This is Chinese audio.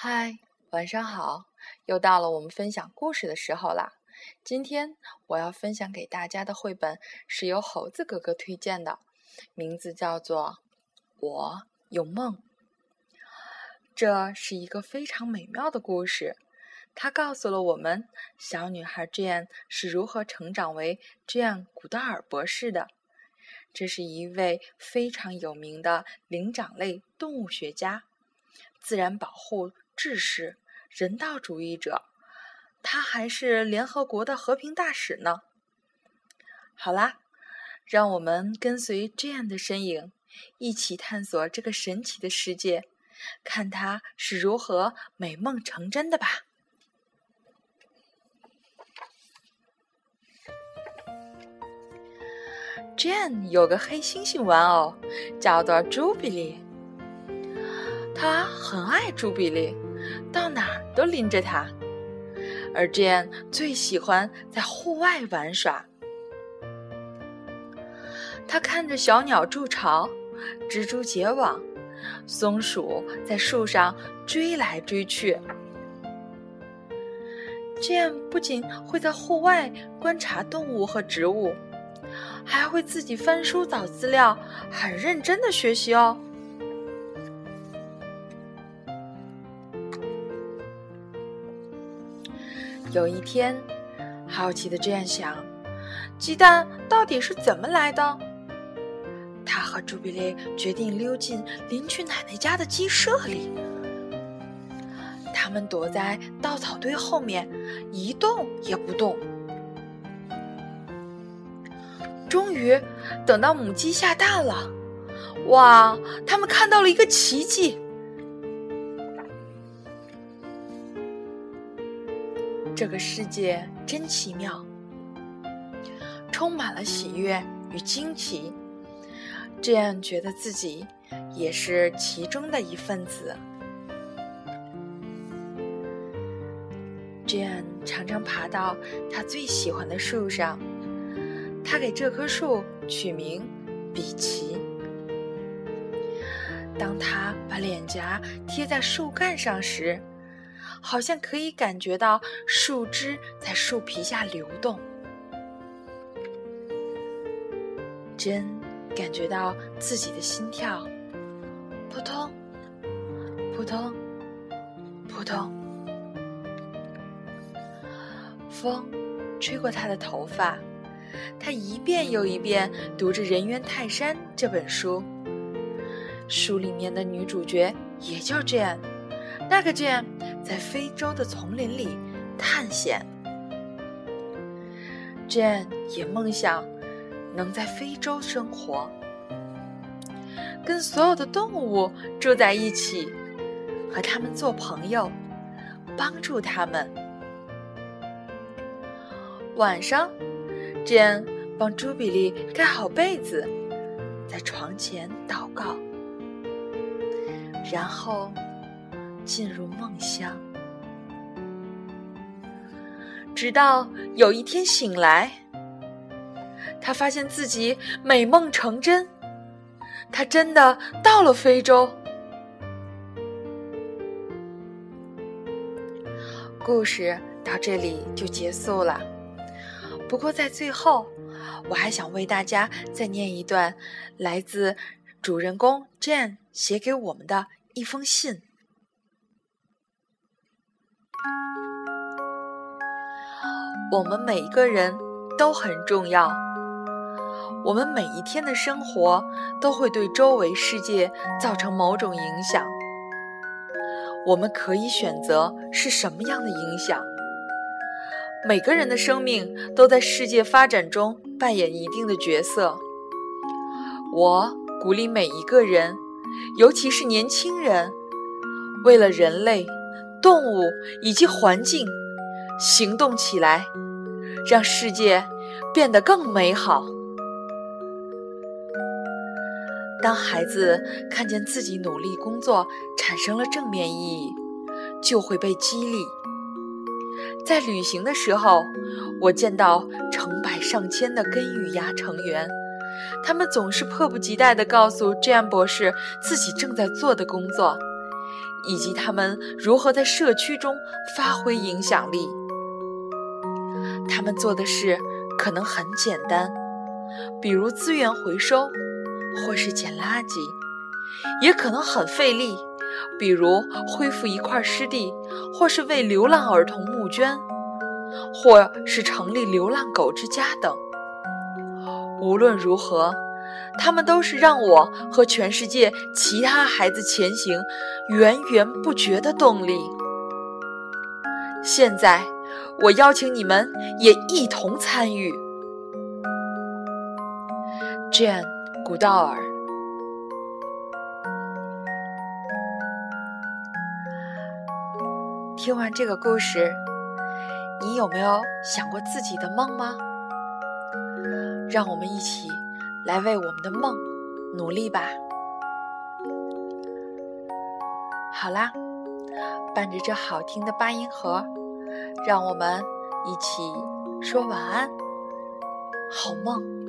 嗨，晚上好，又到了我们分享故事的时候啦。今天我要分享给大家的绘本是由猴子哥哥推荐的，名字叫做《我有梦》。这是一个非常美妙的故事，它告诉了我们小女孩Jane是如何成长为Jane古道尔博士的。这是一位非常有名的灵长类动物学家、自然保护志士、人道主义者，他还是联合国的和平大使呢。好啦，让我们跟随Jane的身影，一起探索这个神奇的世界，看它是如何美梦成真的吧。Jane 有个黑猩猩玩偶，叫做朱比利。她很爱朱比利，到哪儿都拎着它。而Jane最喜欢在户外玩耍。她看着小鸟筑巢，蜘蛛结网，松鼠在树上追来追去。Jane不仅会在户外观察动物和植物，还会自己翻书找资料，很认真的学习哦。有一天，好奇的Jane想，鸡蛋到底是怎么来的？他和朱比利决定溜进邻居奶奶家的鸡舍里。他们躲在稻草堆后面，一动也不动。终于等到母鸡下蛋了，哇！他们看到了一个奇迹。这个世界真奇妙，充满了喜悦与惊奇。Jane觉得自己也是其中的一份子。Jane常常爬到她最喜欢的树上，她给这棵树取名比奇。当她把脸颊贴在树干上时，好像可以感觉到树枝在树皮下流动。Jane感觉到自己的心跳，扑通扑通扑通。风吹过她的头发，她一遍又一遍读着《人猿泰山》这本书。书里面的女主角也叫Jane，那个Jane在非洲的丛林里探险。Jane也梦想能在非洲生活，跟所有的动物住在一起，和他们做朋友，帮助他们。晚上，Jane帮朱比利盖好被子，在床前祷告，然后进入梦乡。直到有一天醒来，他发现自己美梦成真，他真的到了非洲。故事到这里就结束了。不过在最后，我还想为大家再念一段来自主人公Jane写给我们的一封信。我们每一个人都很重要，我们每一天的生活都会对周围世界造成某种影响。我们可以选择是什么样的影响。每个人的生命都在世界发展中扮演一定的角色。我鼓励每一个人，尤其是年轻人，为了人类、动物以及环境，行动起来，让世界变得更美好。当孩子看见自己努力工作产生了正面意义，就会被激励。在旅行的时候，我见到成百上千的根羽鸭成员，他们总是迫不及待地告诉Jane博士自己正在做的工作， 以及他们如何在社区中发挥影响力。他们做的事可能很简单，比如资源回收或是捡垃圾，也可能很费力，比如恢复一块湿地，或是为流浪儿童募捐，或是成立流浪狗之家等。无论如何，他们都是让我和全世界其他孩子前行源源不绝的动力。现在，我邀请你们也一同参与。Jane 古道尔。听完这个故事，你有没有想过自己的梦吗？让我们一起来为我们的梦努力吧。好啦，伴着这好听的八音盒，让我们一起说晚安，好梦。